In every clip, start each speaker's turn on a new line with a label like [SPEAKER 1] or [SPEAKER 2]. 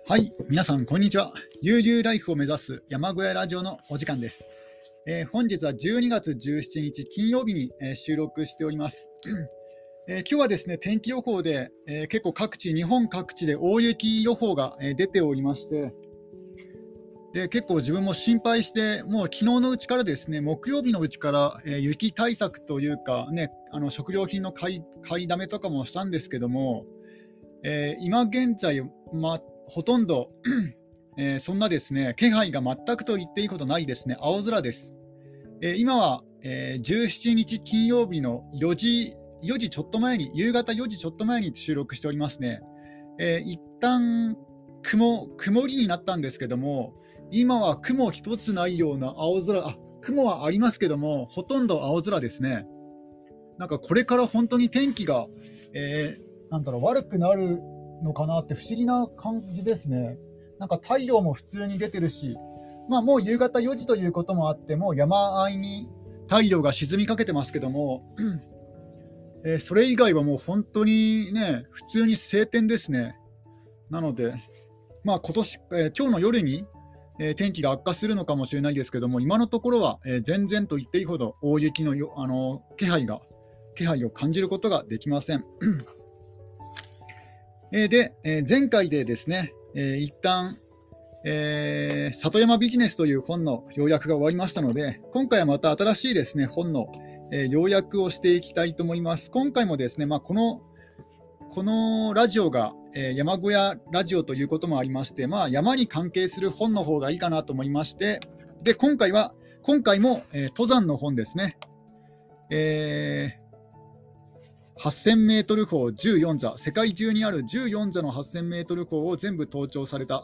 [SPEAKER 1] はい、皆さん、こんにちは。悠々ライフを目指す山小屋ラジオのお時間です。本日は12月17日金曜日に、収録しております。今日はですね、天気予報で、結構日本各地で大雪予報が、出ておりまして、で結構自分も心配して、もう昨日のうちからですね、木曜日のうちから、雪対策というか、ね、食料品の買いだめとかもしたんですけども、今現在、ほとんど、そんなですね、気配が全くと言っていいことないですね、青空です。今は、17日金曜日の4時ちょっと前に、夕方4時ちょっと前に収録しておりますね。一旦曇りになったんですけども、今は雲一つないような青空、雲はありますけども、ほとんど青空ですね。なんかこれから本当に天気が、悪くなるのかなって不思議な感じですね。なんか太陽も普通に出てるし、もう夕方4時ということもあって、もう山あいに太陽が沈みかけてますけども、それ以外はもう本当にね、普通に晴天ですね。なので、今日の夜に、天気が悪化するのかもしれないですけども、今のところは、全然と言っていいほど大雪の気配を感じることができません。で、前回でですね、一旦、里山ビジネスという本の要約が終わりましたので、今回はまた新しいですね、本の、要約をしていきたいと思います。今回もですね、このラジオが、山小屋ラジオということもありまして、山に関係する本の方がいいかなと思いまして、で今回も、登山の本ですね。8000メートル峰14座、世界中にある14座の8000メートル峰を全部登頂された、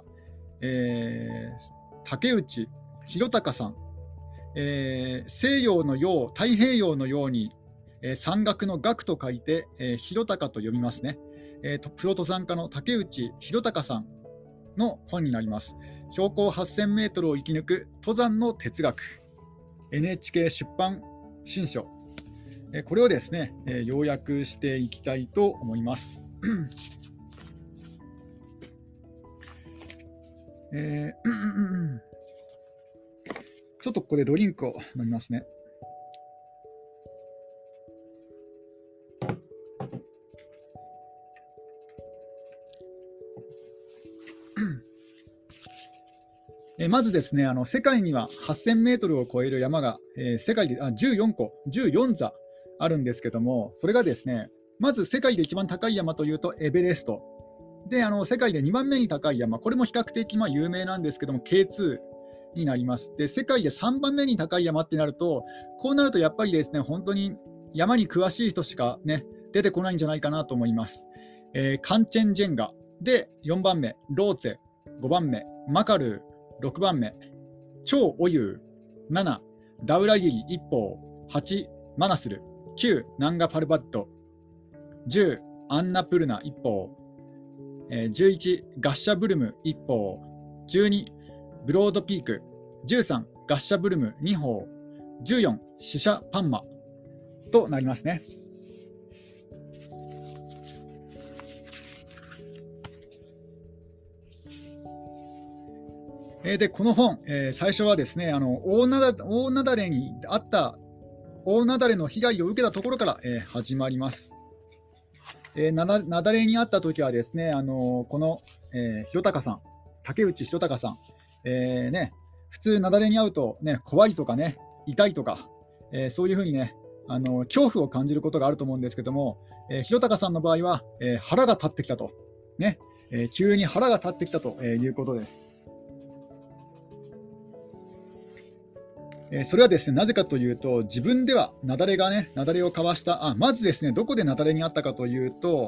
[SPEAKER 1] 竹内弘隆さん、西洋の洋、太平洋のように、山岳の岳と書いて、弘隆と読みますね。プロ登山家の竹内弘隆さんの本になります。標高8000メートルを生き抜く登山の哲学、 NHK 出版新書、これをですね、要約していきたいと思います。ちょっとここでドリンクを飲みますね。まずですね、世界には8000メートルを超える山が、世界で14座あるんですけども、それがですね、まず世界で一番高い山というとエベレストで、世界で2番目に高い山、これも比較的有名なんですけども K2 になります。で、世界で3番目に高い山ってなると、こうなるとやっぱりですね、本当に山に詳しい人しかね出てこないんじゃないかなと思います。カンチェンジェンガで4番目、ローツェ5番目、マカルー6番目、超オユー7、ダウラギリ一方8、マナスル9、ナンガパルバット10、アンナプルナ一方11、ガッシャブルム一方12、ブロードピーク13、ガッシャブルム2方14、シシャパンマとなりますね。でこの本、最初はですね、大雪崩にあった大雪崩の被害を受けたところから、始まります。雪崩にあった時はですね、この、弘隆さん、竹内弘隆さん、普通雪崩に遭うと、怖いとかね、痛いとか、そういうふうにね、恐怖を感じることがあると思うんですけども、弘隆さんの場合は、腹が立ってきたと、急に腹が立ってきたということです。それはですね、なぜかというと、自分では雪崩をかわした、まずですね、どこで雪崩にあったかというと、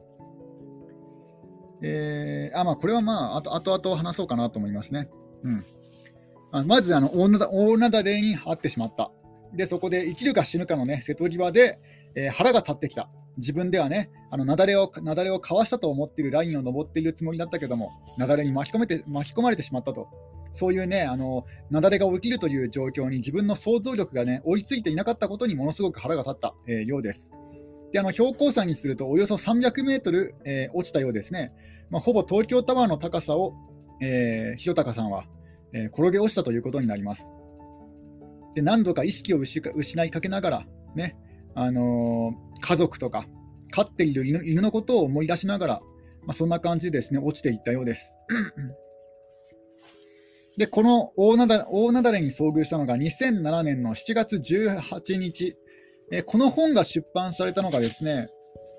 [SPEAKER 1] これは後々話そうかなと思いますね。まず大雪崩に遭ってしまった。で、そこで生きるか死ぬかのね、瀬戸際で、腹が立ってきた。自分ではね、雪崩をかわしたと思っているラインを登っているつもりだったけども、雪崩に巻き込まれてしまったと。そういうね、雪崩が起きるという状況に自分の想像力がね、追いついていなかったことにものすごく腹が立った、ようです。で、標高差にするとおよそ300メートル、落ちたようですね。 ほぼ東京タワーの高さを、弘隆さんは、転げ落ちたということになります。で、何度か意識を失いかけながら、ね、家族とか飼っている犬のことを思い出しながら、そんな感じでですね、落ちていったようです。で、この大雪崩に遭遇したのが2007年の7月18日、この本が出版されたのがですね、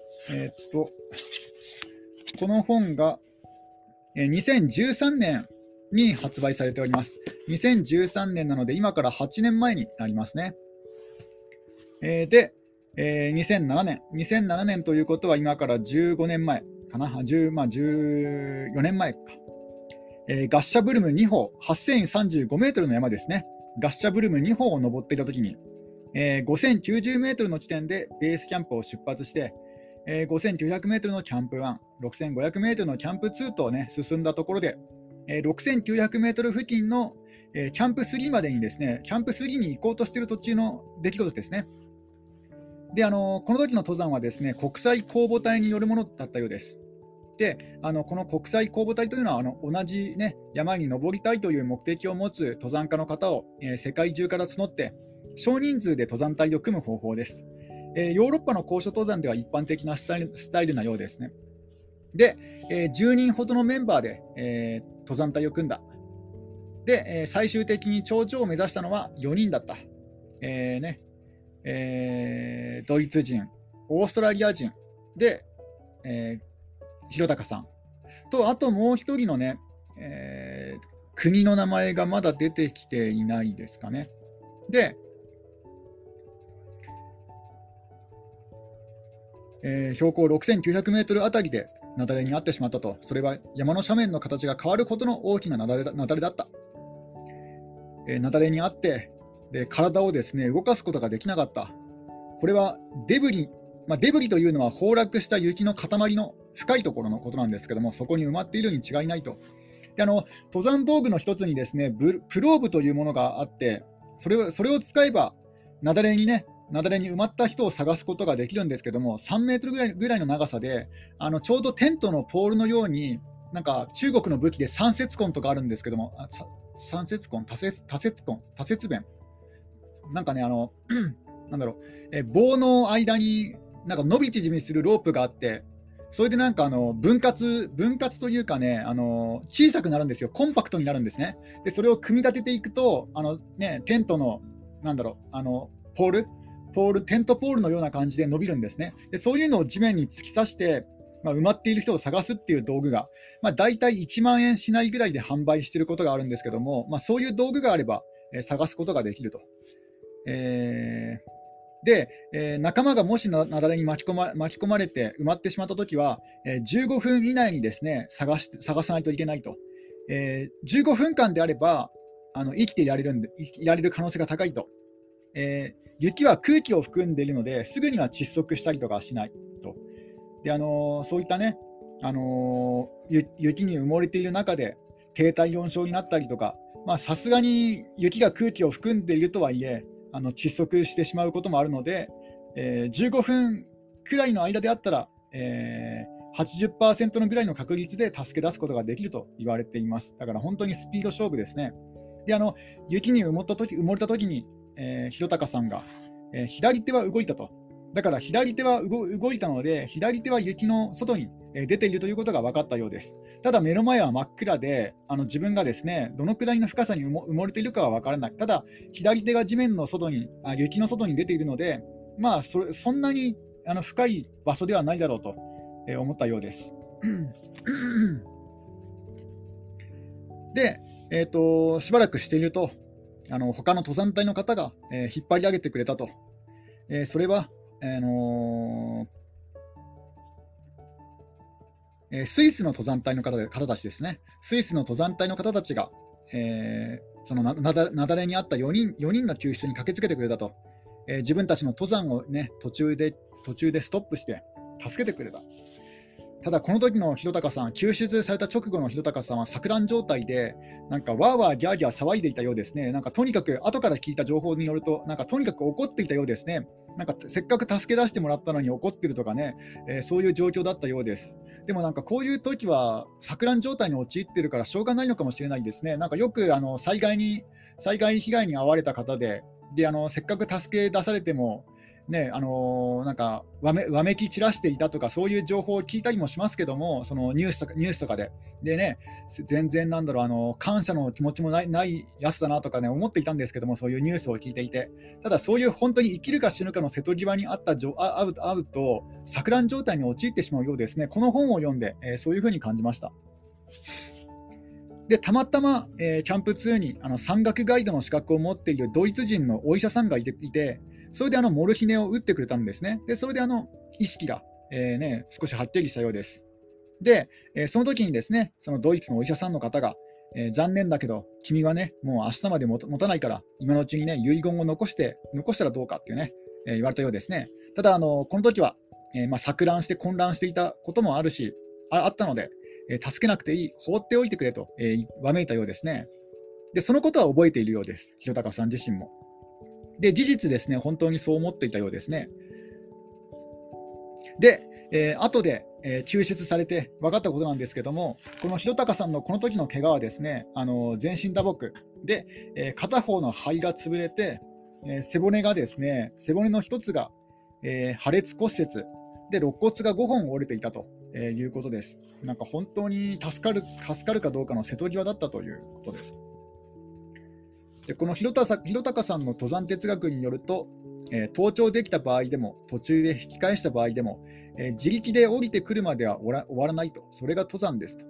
[SPEAKER 1] この本が2013年に発売されております。2013年なので今から8年前になりますね。で、2007年ということは今から15年前かな、14年前か。ガッシャブルム2峰、8035メートルの山ですね。ガッシャブルム2峰を登っていたときに、5090メートルの地点でベースキャンプを出発して、5900メートルのキャンプ1、6500メートルのキャンプ2と、ね、進んだところで、6900メートル付近の、キャンプ3までにですね、キャンプ3に行こうとしている途中の出来事ですね。で、この時の登山はですね、国際公募隊によるものだったようです。で、この国際公募隊というのは同じ、ね、山に登りたいという目的を持つ登山家の方を、世界中から募って少人数で登山隊を組む方法です。ヨーロッパの高所登山では一般的なスタイルなようですね。で、10人ほどのメンバーで、登山隊を組んだ。で、最終的に頂上を目指したのは4人だった。ドイツ人、オーストラリア人で、弘隆さんと、あともう一人のね、国の名前がまだ出てきていないですかね。で、標高6900メートルあたりで雪崩に遭ってしまったと。それは山の斜面の形が変わるほどの大きな雪崩だった。雪崩に遭ってで体をですね動かすことができなかった。これはデブリ、デブリというのは崩落した雪の塊の深いところのことなんですけども、そこに埋まっているに違いないと。で、登山道具の一つにですねプローブというものがあって、それを使えば雪崩に埋まった人を探すことができるんですけども、3メートルぐらいの長さで、ちょうどテントのポールのように、なんか中国の武器で三節棍とかあるんですけども、三節棍、多節弁、なんかね、なんだろう、棒の間になんか伸び縮みするロープがあって、それでなんか分割というかね、小さくなるんですよ、コンパクトになるんですね。で、それを組み立てていくと、テントの、テントポールのような感じで伸びるんですね。で、そういうのを地面に突き刺して、埋まっている人を探すっていう道具が、大体1万円しないぐらいで販売していることがあるんですけども、そういう道具があれば、探すことができると。で、仲間がもし雪崩に巻き込まれて埋まってしまったときは、15分以内にですね探さないといけないと。15分間であれば生きていられる可能性が高いと。雪は空気を含んでいるのですぐには窒息したりとかはしないと。で、そういったね、雪に埋もれている中で低体温症になったりとか、さすがに雪が空気を含んでいるとはいえ窒息してしまうこともあるので、15分くらいの間であったら、80% のぐらいの確率で助け出すことができると言われています。だから本当にスピード勝負ですね。で、雪に埋もれた時に、弘隆さんが、左手は動いたと。だから左手は動いたので、左手は雪の外に出ているということが分かったようです。ただ目の前は真っ暗で、自分がですねどのくらいの深さに埋もれているかは分からない。ただ左手が地面の外に雪の外に出ているので、そんなに深い場所ではないだろうと、思ったようです。で、しばらくしていると他の登山隊の方が、引っ張り上げてくれたと。それはスイスの登山隊の方たちですね。スイスの登山隊の方たちが、その雪崩にあった4人の救出に駆けつけてくれたと。自分たちの登山を、ね、途中でストップして助けてくれた。 ただこの時の弘隆さん、救出された直後の弘隆さんは錯乱状態で、なんかわーわーギャーギャー騒いでいたようですね。なんかとにかく後から聞いた情報によると、なんかとにかく怒っていたようですね。なんかせっかく助け出してもらったのに怒ってるとかね、そういう状況だったようです。でもなんかこういう時は錯乱状態に陥ってるからしょうがないのかもしれないですね。なんかよく災害被害に遭われた方で、せっかく助け出されても、ね、なんかわめき散らしていたとか、そういう情報を聞いたりもしますけども、そのニュースとかで。でね、全然なんだろう、感謝の気持ちもないやつだなとかね、思っていたんですけども、そういうニュースを聞いていて。ただ、そういう本当に生きるか死ぬかの瀬戸際に会うと、錯乱状態に陥ってしまうようですね。この本を読んで、そういうふうに感じました。でたまたま、キャンプ2に山岳ガイドの資格を持っているドイツ人のお医者さんがいて、それでモルヒネを打ってくれたんですね。でそれで意識が、少しはっきりしたようです。で、その時にですね、そのドイツのお医者さんの方が、残念だけど、君はね、もう明日まで持たないから、今のうちにね、遺言を残したらどうかっていうね、言われたようですね。ただ、この時は、錯乱して混乱していたこともあったので、助けなくていい、放っておいてくれと、わめいたようですね。で、そのことは覚えているようです、弘隆さん自身も。で、事実ですね、本当にそう思っていたようですね。で、後で、救出されて分かったことなんですけども、この弘隆さんのこの時の怪我はですね、全身打撲で、片方の肺が潰れて、背骨の一つが、破裂骨折で、肋骨が5本折れていたと、いうことです。なんか本当に助かるかどうかの瀬戸際だったということです。でこの弘隆さんの登山哲学によると、登頂できた場合でも途中で引き返した場合でも、自力で降りてくるまでは終わらないと、それが登山ですと。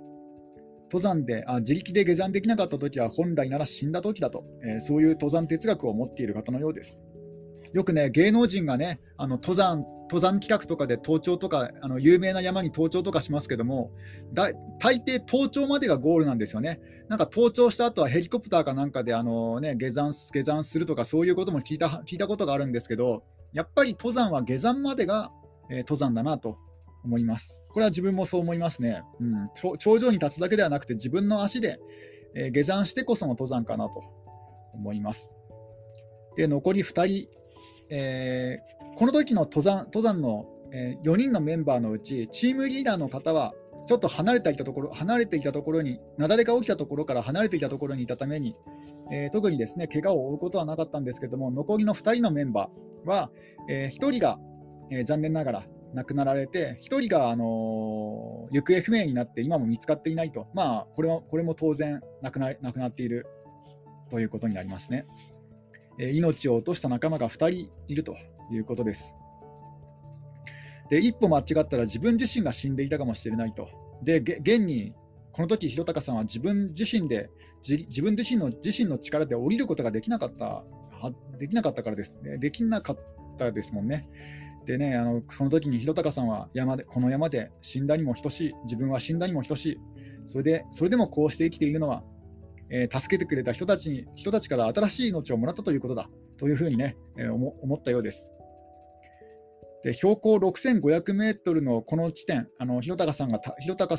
[SPEAKER 1] 自力で下山できなかったときは本来なら死んだときだと、そういう登山哲学を持っている方のようです。よくね、芸能人がね、登山企画とかで登頂とか、有名な山に登頂とかしますけども、大抵登頂までがゴールなんですよね。なんか登頂した後はヘリコプターかなんかで下山するとか、そういうことも聞いたことがあるんですけど、やっぱり登山は下山までが、登山だなと思います。これは自分もそう思いますね。頂上に立つだけではなくて、自分の足で、下山してこその登山かなと思います。で、残り2人、この時の登山の、4人のメンバーのうち、チームリーダーの方はちょっと離れていたところに、雪崩が起きたところから離れていたところにいたために、特にですね、怪我を負うことはなかったんですけども、残りの2人のメンバーは、1人が、残念ながら亡くなられて、1人が、行方不明になって今も見つかっていないと、これも当然亡くなっているということになりますね。命を落とした仲間が2人いるということです。で、一歩間違ったら自分自身が死んでいたかもしれないと。で、現にこの時弘隆さんは自分自身の力で降りることができなかったからですね。できなかったですもんね。でね、その時に弘隆さんはこの山で死んだにも等しい、自分は死んだにも等しい、それでもこうして生きているのは、助けてくれた人たちから新しい命をもらったということだというふうにね、思ったようです。で、標高6500メートルのこの地点、弘隆さんが、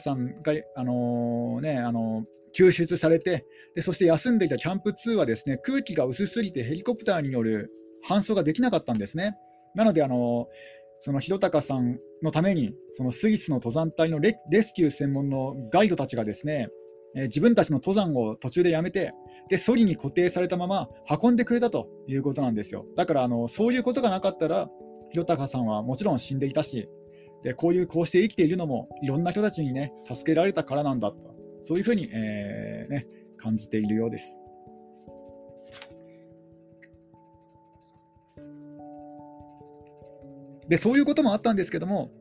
[SPEAKER 1] 救出されて、でそして休んでいたキャンプ2はですね、空気が薄すぎてヘリコプターによる搬送ができなかったんですね。なので、その弘隆さんのために、そのスイスの登山隊のレスキュー専門のガイドたちがですね、自分たちの登山を途中でやめて、でソリに固定されたまま運んでくれたということなんですよ。だからそういうことがなかったら、弘隆さんはもちろん死んでいたし、でこうして生きているのもいろんな人たちにね、助けられたからなんだと、そういうふうに、感じているようです。でそういうこともあったんですけども、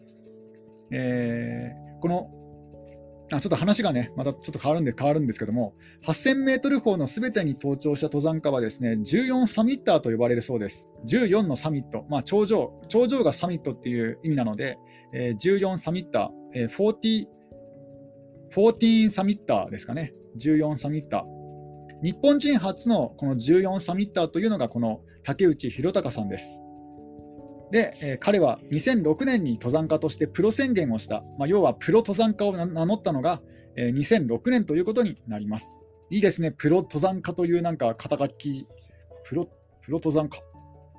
[SPEAKER 1] このちょっと話がね、またちょっと変わるんですけども、8000メートル峰のすべてに登頂した登山家はですね、14サミッターと呼ばれるそうです。14のサミット、頂上がサミットっていう意味なので、14サミッター、14サミッターですかね、14サミッター。日本人初のこの14サミッターというのが、この竹内弘隆さんです。 で、彼は2006年に登山家としてプロ宣言をした、要はプロ登山家を名乗ったのが、2006年ということになります。いいですね、プロ登山家というなんか肩書き、プロ登山家。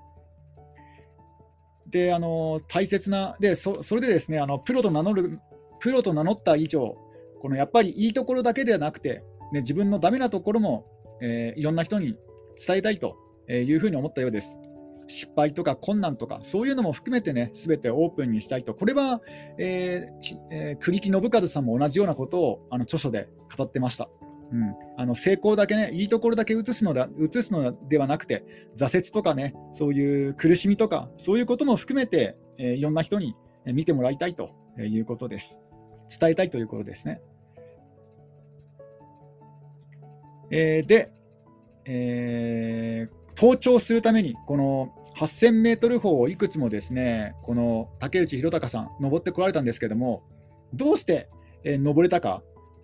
[SPEAKER 1] で、大切な、でそれでですね、プロと名乗った以上、このやっぱりいいところだけではなくて、ね、自分のダメなところも、いろんな人に伝えたいというふうに思ったようです。失敗とか困難とか、そういうのも含めてね、すべてオープンにしたいと。これは、栗木信和さんも同じようなことを著書で語ってました。成功だけね、いいところだけ映すのではなくて、挫折とかね、そういう苦しみとか、そういうことも含めて、いろんな人に見てもらいたいということです。伝えたいということですね。で、登頂するために、この8000メートル峰をいくつもですね、この竹内弘隆さん、登ってこられたんですけども、どうして、登れたか、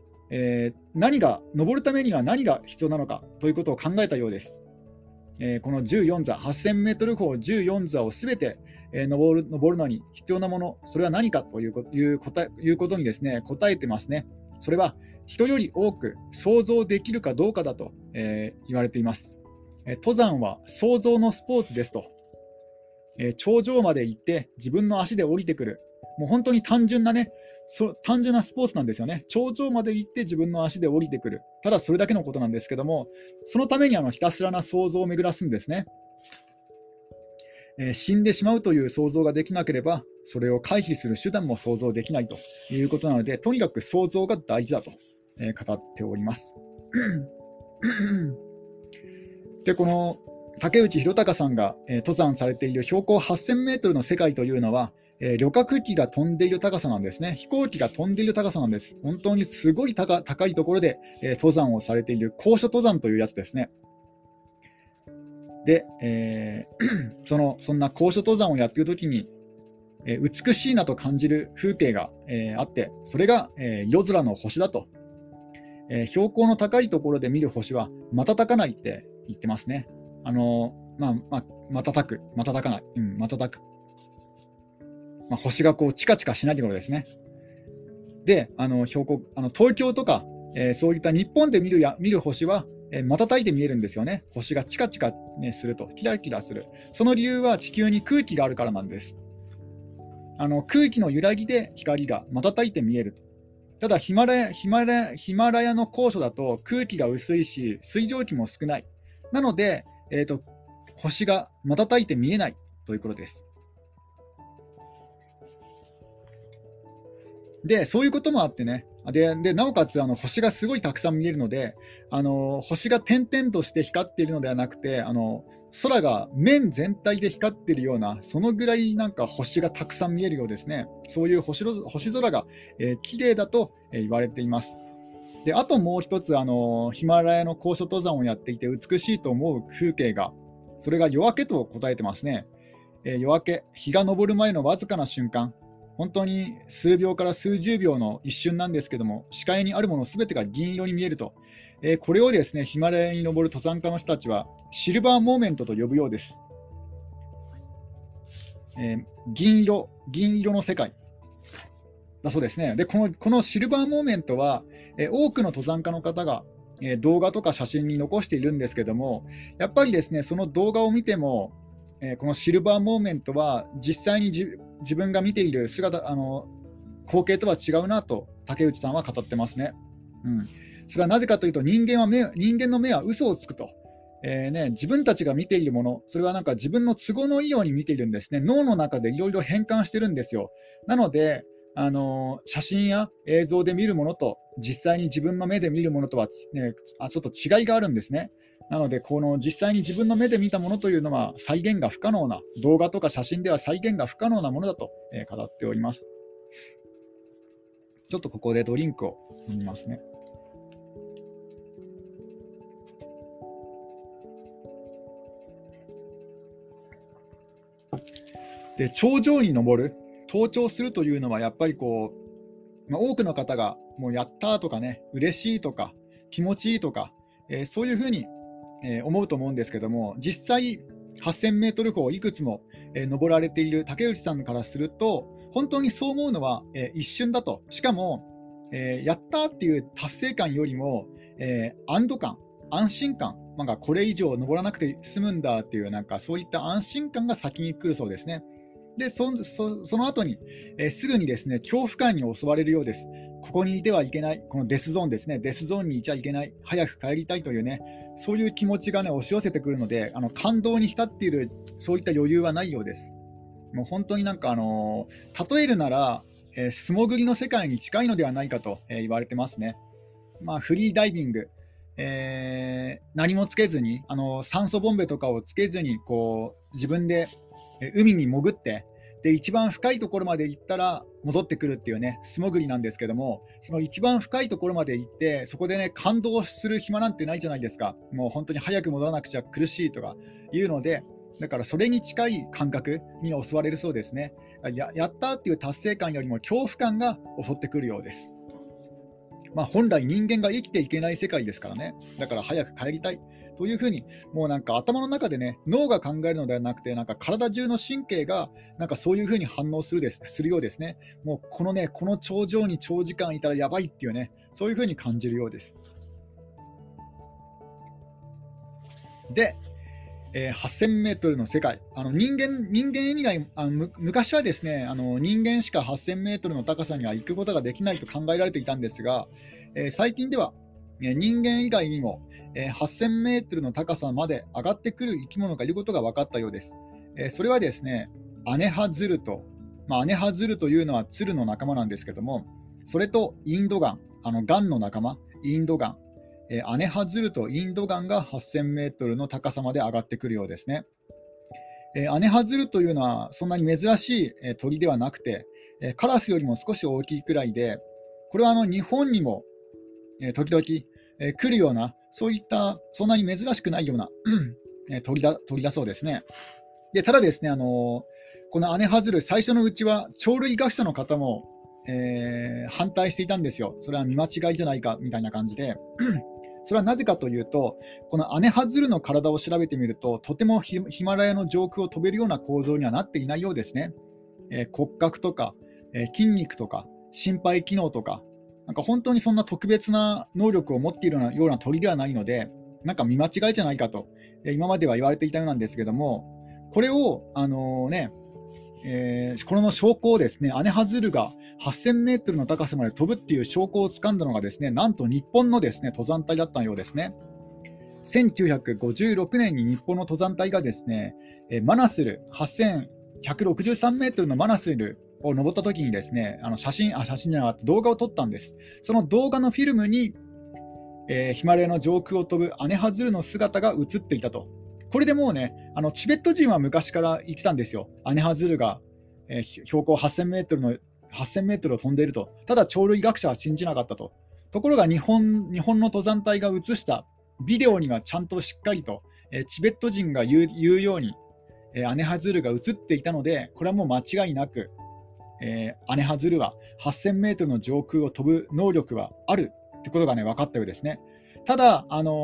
[SPEAKER 1] 登るためには何が必要なのかということを考えたようです。この14座、8000メートル峰14座をすべて、登るのに必要なもの、それは何かということにですね、答えてますね。それは人より多く想像できるかどうかだと、言われています。登山は想像のスポーツですと。頂上まで行って自分の足で降りてくる。もう本当に単純なスポーツなんですよね。頂上まで行って自分の足で降りてくる。ただそれだけのことなんですけども、そのためにひたすらな想像を巡らすんですね。死んでしまうという想像ができなければ、それを回避する手段も想像できないということなので、とにかく想像が大事だと、語っております。で、この竹内弘隆さんが、登山されている標高8000メートルの世界というのは、旅客機が飛んでいる高さなんですね。飛行機が飛んでいる高さなんです。本当にすごい高いところで、登山をされている高所登山というやつですね。で、そんな高所登山をやっているときに、美しいなと感じる風景が、あって、それが、夜空の星だと。標高の高いところで見る星は瞬かないって言ってますね。瞬かない、瞬く。星がこうチカチカしないところですね。で、東京とか、そういった日本で見る星は、瞬いて見えるんですよね。星がチカチカ、すると、キラキラする。その理由は地球に空気があるからなんです。空気の揺らぎで光が瞬いて見える。ただヒマラヤの高所だと空気が薄いし、水蒸気も少ない。なので、星が瞬いて見えないということです。で、そういうこともあってね、なおかつ星がすごいたくさん見えるので、星が点々として光っているのではなくて、空が面全体で光っているような、そのぐらいなんか星がたくさん見えるようですね。そういう星空が、綺麗だと、言われています。で、あともう一つ、ヒマラヤの高所登山をやっていて美しいと思う風景が、それが夜明けと答えてますね。夜明け、日が昇る前のわずかな瞬間、本当に数秒から数十秒の一瞬なんですけども、視界にあるものすべてが銀色に見えると、これをですね、ヒマラヤに登る登山家の人たちはシルバーモーメントと呼ぶようです。銀色の世界だそうですね。で、このシルバーモーメントは、多くの登山家の方が、動画とか写真に残しているんですけども、やっぱりですね、その動画を見ても、このシルバーモーメントは実際に自分が見ている光景とは違うなと竹内さんは語ってますね。それはなぜかというと、人間の目は嘘をつくと。自分たちが見ているもの、それはなんか自分の都合のいいように見ているんですね。脳の中でいろいろ変換してるんですよ。なので、写真や映像で見るものと実際に自分の目で見るものとは、ちょっと違いがあるんですね。なので、この実際に自分の目で見たものというのは再現が不可能な、動画とか写真では再現が不可能なものだと、語っております。ちょっとここでドリンクを飲みますね。で、頂上に登る、登頂するというのはやっぱり多くの方がもうやったーとかね、嬉しいとか気持ちいいとか、そういうふうに思うと思うんですけども、実際8000メートル峰をいくつも登られている竹内さんからすると、本当にそう思うのは、一瞬だと。しかも、やったっていう達成感よりも、安堵感、安心感、なんかこれ以上登らなくて済むんだっていう、なんかそういった安心感が先に来るそうですね。で、その後に、すぐにですね、恐怖感に襲われるようです。ここにいてはいけない、このデスゾーンですね、デスゾーンにいちゃいけない、早く帰りたいというね、そういう気持ちがね、押し寄せてくるので、感動に浸っている、そういった余裕はないようです。もう本当になんか、例えるなら、素潜りの世界に近いのではないかと、言われてますね。フリーダイビング、何もつけずに、酸素ボンベとかをつけずに、こう自分で海に潜って、で一番深いところまで行ったら戻ってくるっていうね、素潜りなんですけども、その一番深いところまで行って、そこでね、感動する暇なんてないじゃないですか。もう本当に早く戻らなくちゃ苦しいとかいうので、だからそれに近い感覚に襲われるそうですね。やったっていう達成感よりも恐怖感が襲ってくるようです。本来人間が生きていけない世界ですからね。だから早く帰りたいというふうに、もうなんか頭の中でね、脳が考えるのではなくて、なんか体中の神経がなんかそういうふうに反応するようですね。もうこの頂上に長時間いたらやばいっていうね、そういうふうに感じるようです。で、8000メートルの世界、人間以外、昔はですね、人間しか8000メートルの高さには行くことができないと考えられていたんですが、最近では、人間以外にも、8000メートルの高さまで上がってくる生き物がいることが分かったようです。それはですね、アネハズルと、アネハズルというのは鶴の仲間なんですけども、それとインドガン、ガンの仲間、インドガン、アネハズルとインドガンが8000メートルの高さまで上がってくるようですね。アネハズルというのはそんなに珍しい、鳥ではなくて、カラスよりも少し大きいくらいで、これは日本にも、時々、来るような、そういったそんなに珍しくないような鳥だそうですね。でただですね、このアネハズル、最初のうちは鳥類学者の方も、反対していたんですよ。それは見間違いじゃないかみたいな感じで。それはなぜかというと、このアネハズルの体を調べてみると、とてもヒマラヤの上空を飛べるような構造にはなっていないようですね。骨格とか、筋肉とか、心肺機能とか、なんか本当にそんな特別な能力を持っているような鳥ではないので、なんか見間違いじゃないかと、今までは言われていたようなんですけども、これを、この証拠をですね、アネハズルが8000メートルの高さまで飛ぶっていう証拠をつかんだのがですね、なんと日本のですね、登山隊だったようですね。1956年に日本の登山隊がですね、マナスル8163メートルのマナスルを登った時にですね、写真じゃなくて動画を撮ったんです。その動画のフィルムに、ヒマラヤの上空を飛ぶアネハズルの姿が映っていたと。これでもうね、チベット人は昔から言ってたんですよ。アネハズルが、標高8000メートルを飛んでいると。ただ鳥類学者は信じなかったと。ところが日本の登山隊が映したビデオにはちゃんとしっかりと、チベット人が言うように、アネハズルが映っていたので、これはもう間違いなく、アネハズルは8000メートルの上空を飛ぶ能力はあるってことがね、分かったようですね。ただ、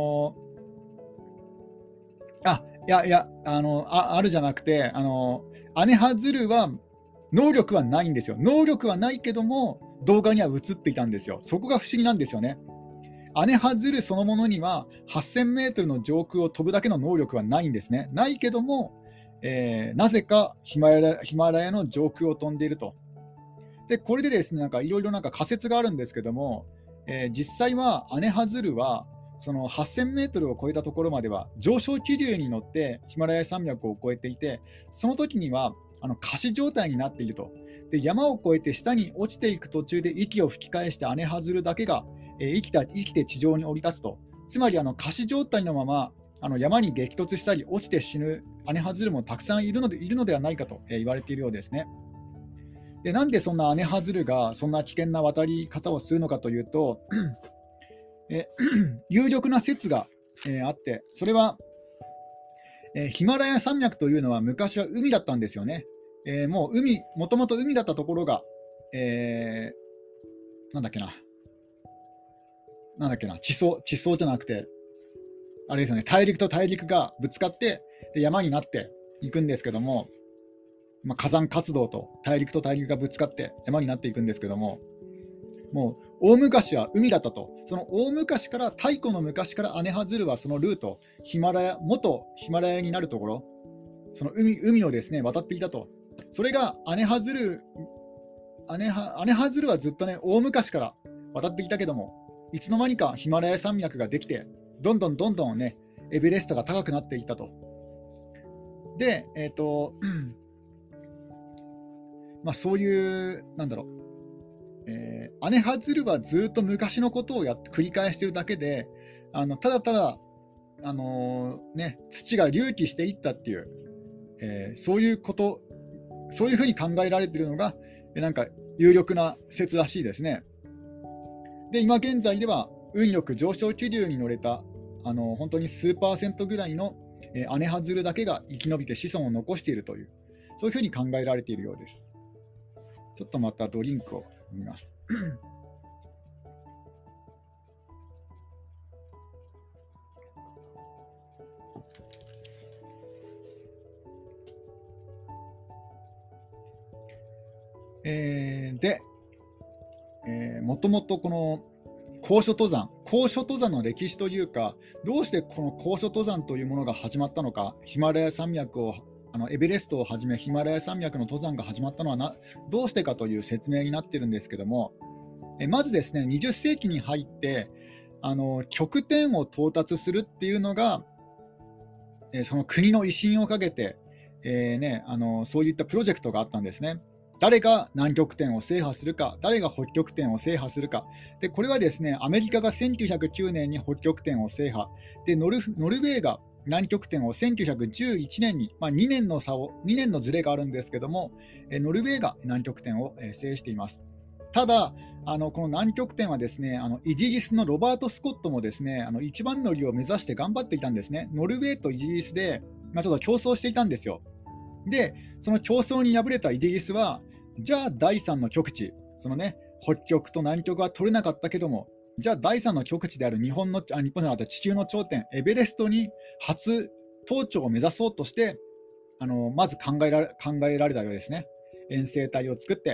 [SPEAKER 1] あるじゃなくて、アネハズルは能力はないんですよ。能力はないけども、動画には映っていたんですよ。そこが不思議なんですよね。アネハズルそのものには8000メートルの上空を飛ぶだけの能力はないんですね。ないけども、なぜかヒマラヤの上空を飛んでいると。で、これでですね、なんかいろいろなんか仮説があるんですけども、実際はアネハズルはその8000メートルを超えたところまでは上昇気流に乗ってヒマラヤ山脈を越えていて、その時には仮死状態になっていると。で、山を越えて下に落ちていく途中で息を吹き返してアネハズルだけが、生きて地上に降り立つと。つまり仮死状態のまま山に激突したり落ちて死ぬアネハズルもたくさんいるのではないかと、言われているようですね。で、なんでそんなアネハズルがそんな危険な渡り方をするのかというと、有力な説が、あって、それは、ヒマラヤ山脈というのは昔は海だったんですよね。もともと海だったところが、なんだっけな、地層じゃなくて、あれですよね、大陸と大陸がぶつかって、で山になっていくんですけども、 火山活動と大陸がぶつかって山になっていくんですけども、もう大昔は海だったと。その大昔から、太古の昔からアネハズルはそのルート、元ヒマラヤになるところ、その 海をですね渡っていたと。それがアネハズルはずっとね、大昔から渡ってきたけども、いつの間にかヒマラヤ山脈ができて、どんどんね、エベレストが高くなっていったと。で、そういう、アネハズルはずっと昔のことを繰り返しているだけで、ただただ、土が隆起していったっていう、そういうふうに考えられているのが、有力な説らしいですね。で、今現在では運よく上昇気流に乗れた本当に数%ぐらいのアネハズルだけが生き延びて子孫を残しているという、そういうふうに考えられているようです。ちょっとまたドリンクを飲みます。で、もともとこの高所登山の歴史というか、どうしてこの高所登山というものが始まったのか、ヒマラヤ山脈をエベレストをはじめヒマラヤ山脈の登山が始まったのはどうしてかという説明になっているんですけども、まずですね、20世紀に入って極点を到達するっていうのが、その国の威信をかけて、そういったプロジェクトがあったんですね。誰が南極点を制覇するか、誰が北極点を制覇するか。で、これはですね、アメリカが1909年に北極点を制覇。で、ノルウェーが南極点を1911年に、2年のズレがあるんですけども、ノルウェーが南極点を制しています。ただ、この南極点はですね、イギリスのロバート・スコットもですね、一番乗りを目指して頑張っていたんですね。ノルウェーとイギリスで、ちょっと競争していたんですよ。で、その競争に敗れたイギリスは、じゃあ第3の極地、北極と南極は取れなかったけども、じゃあ第3の極地である日本じゃなくて地球の頂点、エベレストに初登頂を目指そうとして、まず考えられたようですね。遠征隊を作って。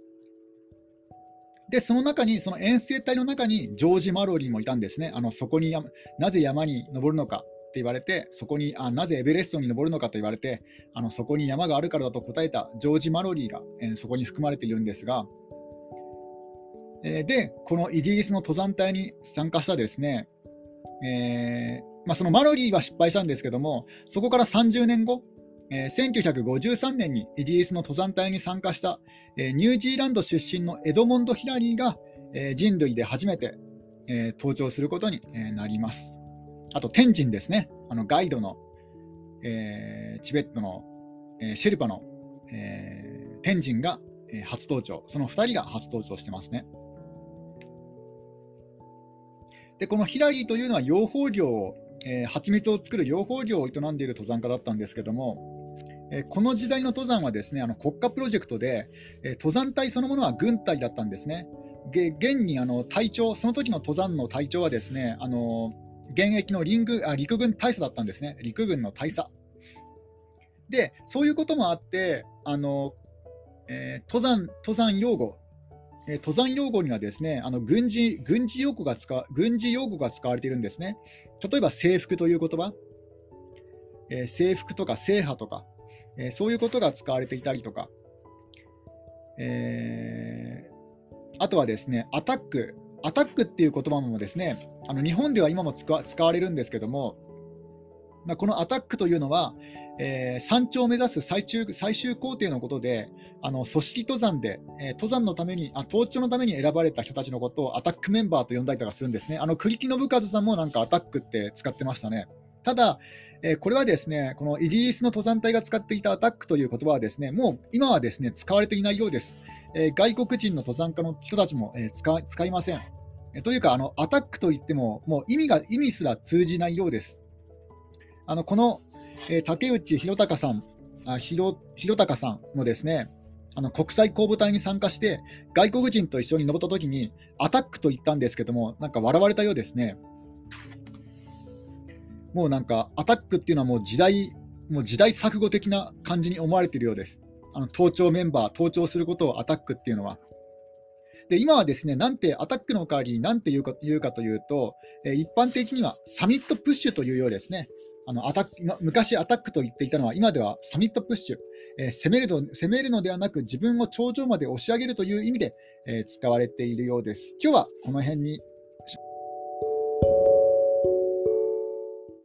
[SPEAKER 1] で、その遠征隊の中にジョージ・マロリーもいたんですね。そこになぜ山に登るのかって言われて、そこになぜエベレストに登るのかと言われて、そこに山があるからだと答えたジョージ・マロリーが、そこに含まれているんですが、で、このイギリスの登山隊に参加したですね、そのマロリーは失敗したんですけども、そこから30年後、1953年にイギリスの登山隊に参加した、ニュージーランド出身のエドモンド・ヒラリーが、人類で初めて、登頂することになります。あと天神ですね、ガイドの、チベットの、シェルパの、天神が、初登頂、その2人が初登頂してますね。で、このヒラリーというのは養蜂業を、蜂蜜を作る養蜂業を営んでいる登山家だったんですけども、この時代の登山はですね、国家プロジェクトで、登山隊そのものは軍隊だったんですね。現に隊長、その時の登山の隊長はですね、現役の陸軍大佐だったんですね。陸軍の大佐で、そういうこともあって登山用語にはですね、軍事用語が使われているんですね。例えば制服という言葉、制服とか制覇とか、そういうことが使われていたりとか、あとはですね、アタックっていう言葉もですね、日本では今も使われるんですけども、このアタックというのは、山頂を目指す最終工程のことで、組織登山で、登頂のために選ばれた人たちのことをアタックメンバーと呼んだりとかするんですね。栗木信和さんもアタックって使ってましたね。ただ、これはですね、このイギリスの登山隊が使っていたアタックという言葉はですね、もう今はですね、使われていないようです。外国人の登山家の人たちも、使いません。というか、アタックといっても、もう意味すら通じないようです。この、竹内弘隆さんもですね、国際公務隊に参加して外国人と一緒に登ったときにアタックと言ったんですけども、笑われたようですね。もうアタックっていうのはもう時代錯誤的な感じに思われているようです。 盗聴メンバー、盗聴することをアタックっていうのは。で今はですね、なんてアタックの代わりに何て言うかというと、一般的にはサミットプッシュというようですね。昔アタックと言っていたのは、今ではサミットプッシュ、攻めるのではなく自分を頂上まで押し上げるという意味で、使われているようです。今日はこの辺に